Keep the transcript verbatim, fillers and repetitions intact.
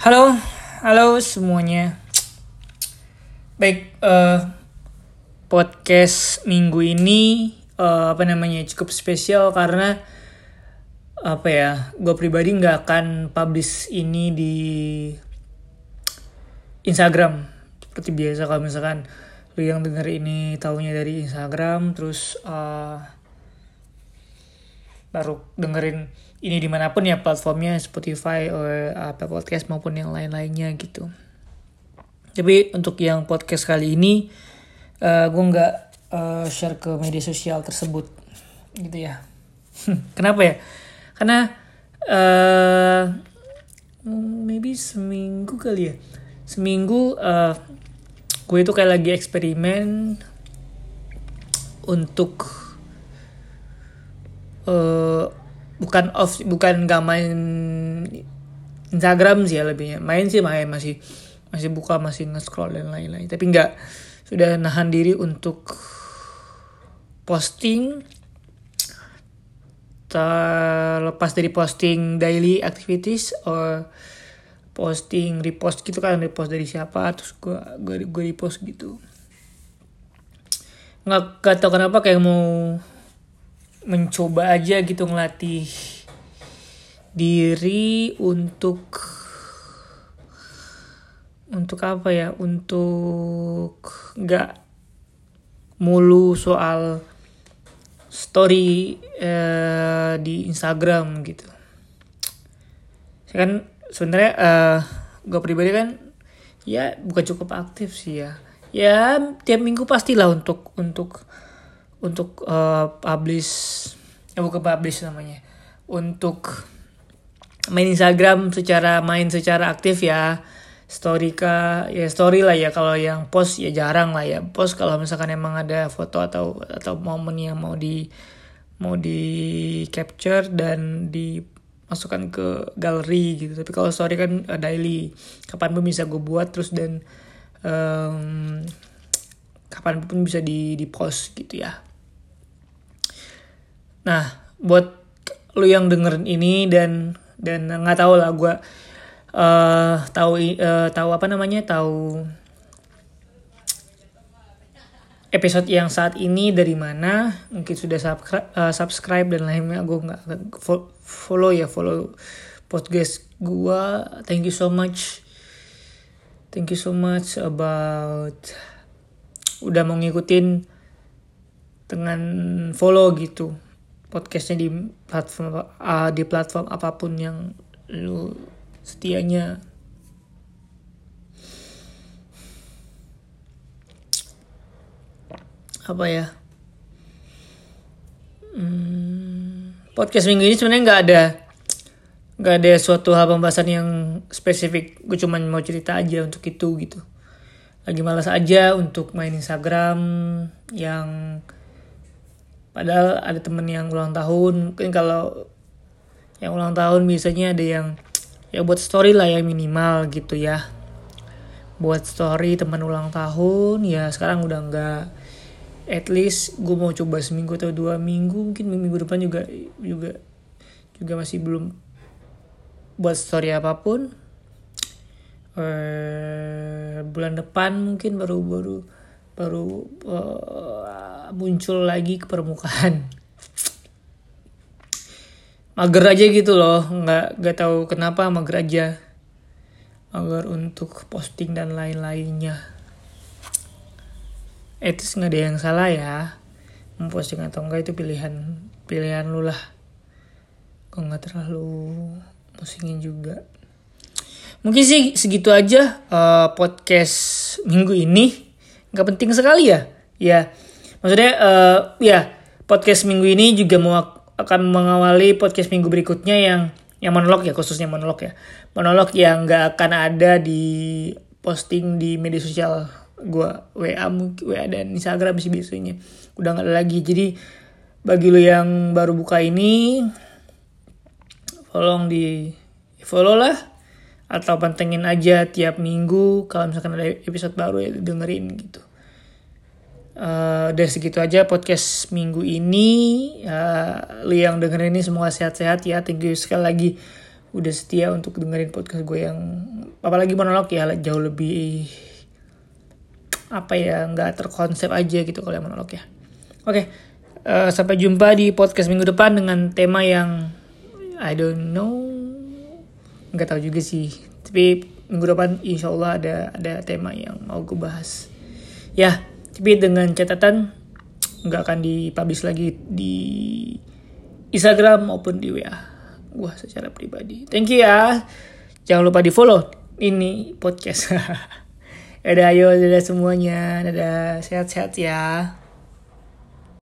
Halo, halo semuanya. Baik, uh, podcast minggu ini uh, apa namanya cukup spesial karena apa ya, gue pribadi nggak akan publish ini di Instagram seperti biasa. Kalau misalkan lu yang denger ini taunya dari Instagram, terus uh, baru dengerin ini dimanapun ya platformnya, Spotify atau apa podcast maupun yang lain-lainnya gitu. Tapi untuk yang podcast kali ini uh, gue nggak uh, share ke media sosial tersebut gitu ya. Kenapa ya? Karena uh, maybe seminggu kali ya, seminggu uh, gue itu kayak lagi eksperimen untuk uh, bukan off, bukan gak main Instagram sih ya, lebihnya main sih main masih masih buka, masih nge-scroll dan lain-lain, tapi nggak, sudah nahan diri untuk posting. Terlepas dari posting daily activities or posting repost gitu kan, repost dari siapa terus gue gue gue repost gitu. Nggak nggak tahu kenapa kayak mau mencoba aja gitu, ngelatih diri untuk untuk apa ya, untuk nggak mulu soal story eh, di Instagram gitu. Saya kan sebenarnya uh, gue pribadi kan ya bukan cukup aktif sih ya. Ya tiap minggu pastilah untuk untuk untuk uh, publish, ya bukan publish namanya, untuk main Instagram secara main secara aktif ya, story kah ya, story lah ya. Kalau yang post ya jarang lah ya post, kalau misalkan emang ada foto atau atau momen yang mau di mau di capture dan dimasukkan ke galeri gitu. Tapi kalau story kan uh, daily, kapan pun bisa gue buat terus, dan um, kapan pun bisa di di post gitu ya. Nah, buat lu yang dengerin ini dan dan nggak tahu lah, gue uh, tahu uh, tahu apa namanya tahu episode yang saat ini dari mana, mungkin sudah subscribe, uh, subscribe dan lainnya. Gue nggak follow ya follow podcast gue. Thank you so much, thank you so much about udah mau ngikutin dengan follow gitu podcastnya di platform uh, di platform apapun yang lu setianya. Apa ya, hmm, podcast minggu ini sebenarnya nggak ada nggak ada suatu hal pembahasan yang spesifik. Gue cuma mau cerita aja untuk itu gitu. Lagi malas aja untuk main Instagram, yang padahal ada temen yang ulang tahun. Mungkin kalau yang ulang tahun biasanya ada yang ya buat story lah ya, minimal gitu ya, buat story teman ulang tahun. Ya sekarang udah enggak. At least gue mau coba seminggu atau dua minggu, mungkin minggu depan juga juga juga masih belum buat story apapun. Uh, bulan depan mungkin baru baru baru uh, muncul lagi ke permukaan. Mager aja gitu loh, nggak nggak tahu kenapa mager aja, mager untuk posting dan lain-lainnya. Itu nggak ada yang salah ya, mau posting atau enggak itu pilihan pilihan lu lah. Gue nggak terlalu musingin juga. Mungkin sih segitu aja uh, podcast minggu ini. Nggak penting sekali ya, ya maksudnya uh, ya podcast minggu ini juga mau akan mengawali podcast minggu berikutnya yang yang monolog ya, khususnya monolog ya, monolog yang nggak akan ada di posting di media sosial gue, W A W A dan Instagram sih biasanya udah nggak ada lagi. Jadi bagi lo yang baru buka ini, tolong di follow lah, atau pantengin aja tiap minggu kalau misalkan ada episode baru ya dengerin gitu. Uh, dari segitu aja podcast minggu ini. Uh, lu yang dengerin ini semoga sehat-sehat ya. Thank you sekali lagi udah setia untuk dengerin podcast gue yang apalagi monolog ya jauh lebih apa ya, nggak terkonsep aja gitu kalau yang monolog ya. Oke, uh, sampai jumpa di podcast minggu depan dengan tema yang I don't know, nggak tahu juga sih. Tapi minggu depan insya Allah ada ada tema yang mau gue bahas. Ya, tapi dengan catatan nggak akan dipublish lagi di Instagram maupun di W A gue secara pribadi. Thank you ya. Jangan lupa di follow ini podcast. Dadah, ayo, dadah semuanya. Dadah, sehat-sehat ya.